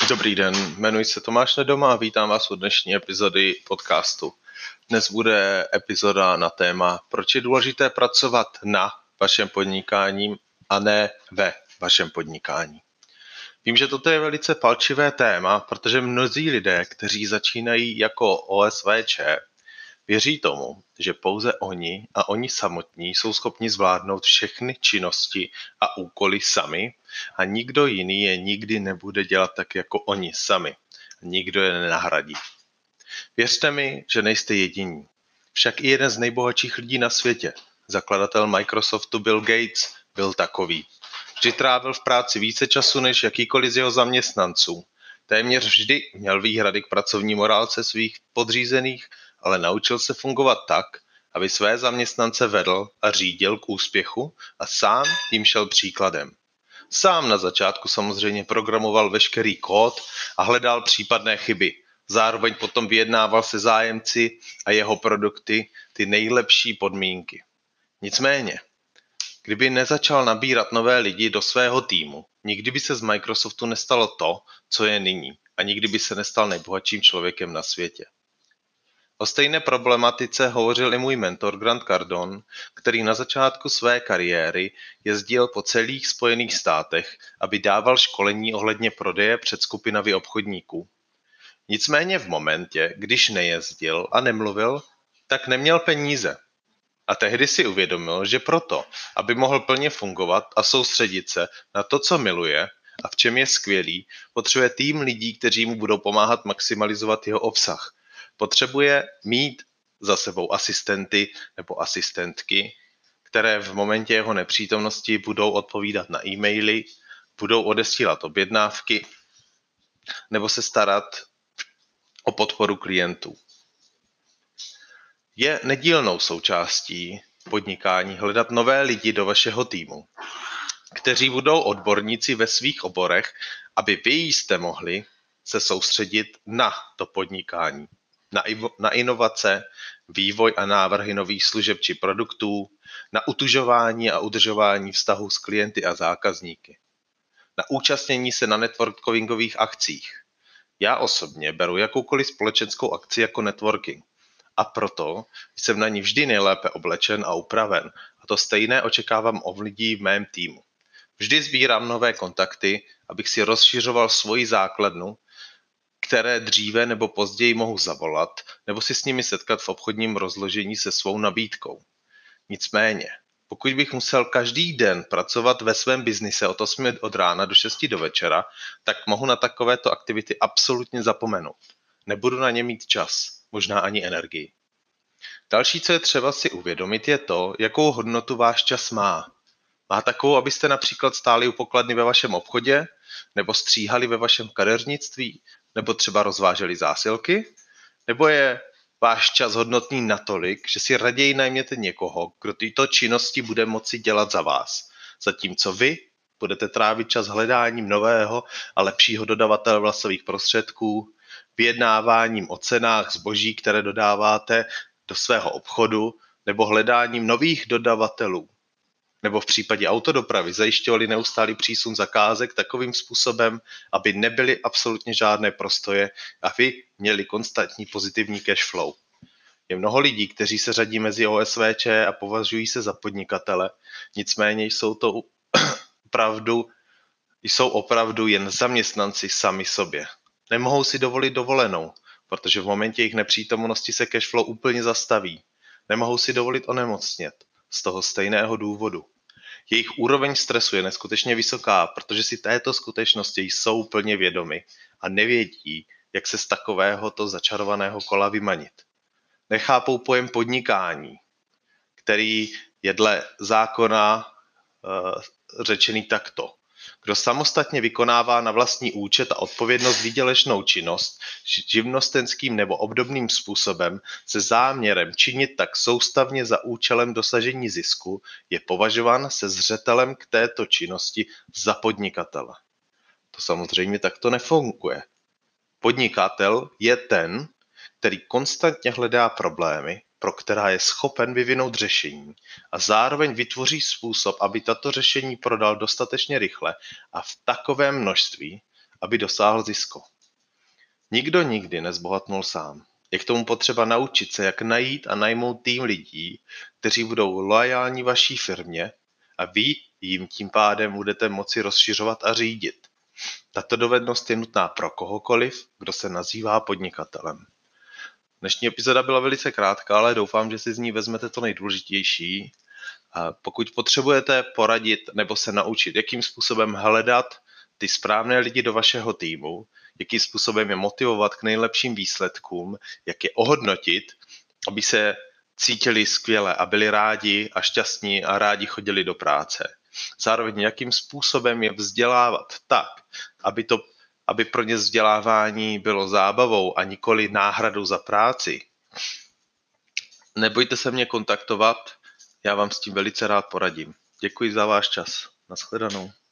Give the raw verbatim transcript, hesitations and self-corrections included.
Dobrý den, jmenuji se Tomáš Nedoma a vítám vás u dnešní epizody podcastu. Dnes bude epizoda na téma, proč je důležité pracovat na vašem podnikání a ne ve vašem podnikání. Vím, že toto je velice palčivé téma, protože mnozí lidé, kteří začínají jako O S V Č, věří tomu, že pouze oni a oni samotní jsou schopni zvládnout všechny činnosti a úkoly sami a nikdo jiný je nikdy nebude dělat tak jako oni sami. Nikdo je nenahradí. Věřte mi, že nejste jediní. Však i jeden z nejbohatších lidí na světě, zakladatel Microsoftu Bill Gates, byl takový. Vždy trávil v práci více času než jakýkoliv z jeho zaměstnanců. Téměř vždy měl výhrady k pracovní morálce svých podřízených, ale naučil se fungovat tak, aby své zaměstnance vedl a řídil k úspěchu a sám jim šel příkladem. Sám na začátku samozřejmě programoval veškerý kód a hledal případné chyby. Zároveň potom vyjednával se zájemci a jeho produkty ty nejlepší podmínky. Nicméně, kdyby nezačal nabírat nové lidi do svého týmu, nikdy by se z Microsoftu nestalo to, co je nyní, a nikdy by se nestal nejbohatším člověkem na světě. O stejné problematice hovořil i můj mentor Grant Cardone, který na začátku své kariéry jezdil po celých Spojených státech, aby dával školení ohledně prodeje před skupinami obchodníků. Nicméně v momentě, když nejezdil a nemluvil, tak neměl peníze. A tehdy si uvědomil, že proto, aby mohl plně fungovat a soustředit se na to, co miluje a v čem je skvělý, potřebuje tým lidí, kteří mu budou pomáhat maximalizovat jeho obsah. Potřebuje mít za sebou asistenty nebo asistentky, které v momentě jeho nepřítomnosti budou odpovídat na e-maily, budou odesílat objednávky nebo se starat o podporu klientů. Je nedílnou součástí podnikání hledat nové lidi do vašeho týmu, kteří budou odborníci ve svých oborech, aby vy jste mohli se soustředit na to podnikání, na, na inovace, vývoj a návrhy nových služeb či produktů, na utužování a udržování vztahů s klienty a zákazníky, na účastnění se na networkingových akcích. Já osobně beru jakoukoliv společenskou akci jako networking. A proto jsem na ní vždy nejlépe oblečen a upraven. A to stejné očekávám od lidí v mém týmu. Vždy sbírám nové kontakty, abych si rozšiřoval svoji základnu, které dříve nebo později mohu zavolat, nebo si s nimi setkat v obchodním rozložení se svou nabídkou. Nicméně, pokud bych musel každý den pracovat ve svém biznise od osmi od rána do šesti do večera, tak mohu na takovéto aktivity absolutně zapomenout. Nebudu na ně mít čas. Možná ani energii. Další, co je třeba si uvědomit, je to, jakou hodnotu váš čas má. Má takovou, abyste například stáli u pokladny ve vašem obchodě, nebo stříhali ve vašem kadeřnictví, nebo třeba rozváželi zásilky? Nebo je váš čas hodnotný natolik, že si raději najměte někoho, kdo tyto činnosti bude moci dělat za vás, zatímco vy budete trávit čas hledáním nového a lepšího dodavatele vlasových prostředků, vyjednáváním o cenách zboží, které dodáváte do svého obchodu, nebo hledáním nových dodavatelů. Nebo v případě autodopravy zajišťovali neustálý přísun zakázek takovým způsobem, aby nebyly absolutně žádné prostoje a vy měli konstantní pozitivní cash flow. Je mnoho lidí, kteří se řadí mezi O S V Č a považují se za podnikatele, nicméně jsou to opravdu, jsou opravdu jen zaměstnanci sami sobě. Nemohou si dovolit dovolenou, protože v momentě jejich nepřítomnosti se cashflow úplně zastaví. Nemohou si dovolit onemocnět z toho stejného důvodu. Jejich úroveň stresu je neskutečně vysoká, protože si této skutečnosti jsou plně vědomi a nevědí, jak se z takovéhoto začarovaného kola vymanit. Nechápou pojem podnikání, který je dle zákona uh, řečený takto. Kdo samostatně vykonává na vlastní účet a odpovědnost výdělečnou činnost živnostenským nebo obdobným způsobem se záměrem činit tak soustavně za účelem dosažení zisku, je považován se zřetelem k této činnosti za podnikatele. To samozřejmě takto nefunguje. Podnikatel je ten, který konstantně hledá problémy, pro která je schopen vyvinout řešení a zároveň vytvoří způsob, aby tato řešení prodal dostatečně rychle a v takovém množství, aby dosáhl zisku. Nikdo nikdy nezbohatnul sám. Je k tomu potřeba naučit se, jak najít a najmout tým lidí, kteří budou loajální vaší firmě a vy jim tím pádem budete moci rozšiřovat a řídit. Tato dovednost je nutná pro kohokoliv, kdo se nazývá podnikatelem. Dnešní epizoda byla velice krátká, ale doufám, že si z ní vezmete to nejdůležitější. A pokud potřebujete poradit nebo se naučit, jakým způsobem hledat ty správné lidi do vašeho týmu, jakým způsobem je motivovat k nejlepším výsledkům, jak je ohodnotit, aby se cítili skvěle a byli rádi a šťastní a rádi chodili do práce. Zároveň jakým způsobem je vzdělávat tak, aby, to, aby pro ně vzdělávání bylo zábavou a nikoli náhradou za práci. Nebojte se mě kontaktovat, já vám s tím velice rád poradím. Děkuji za váš čas. Nashledanou.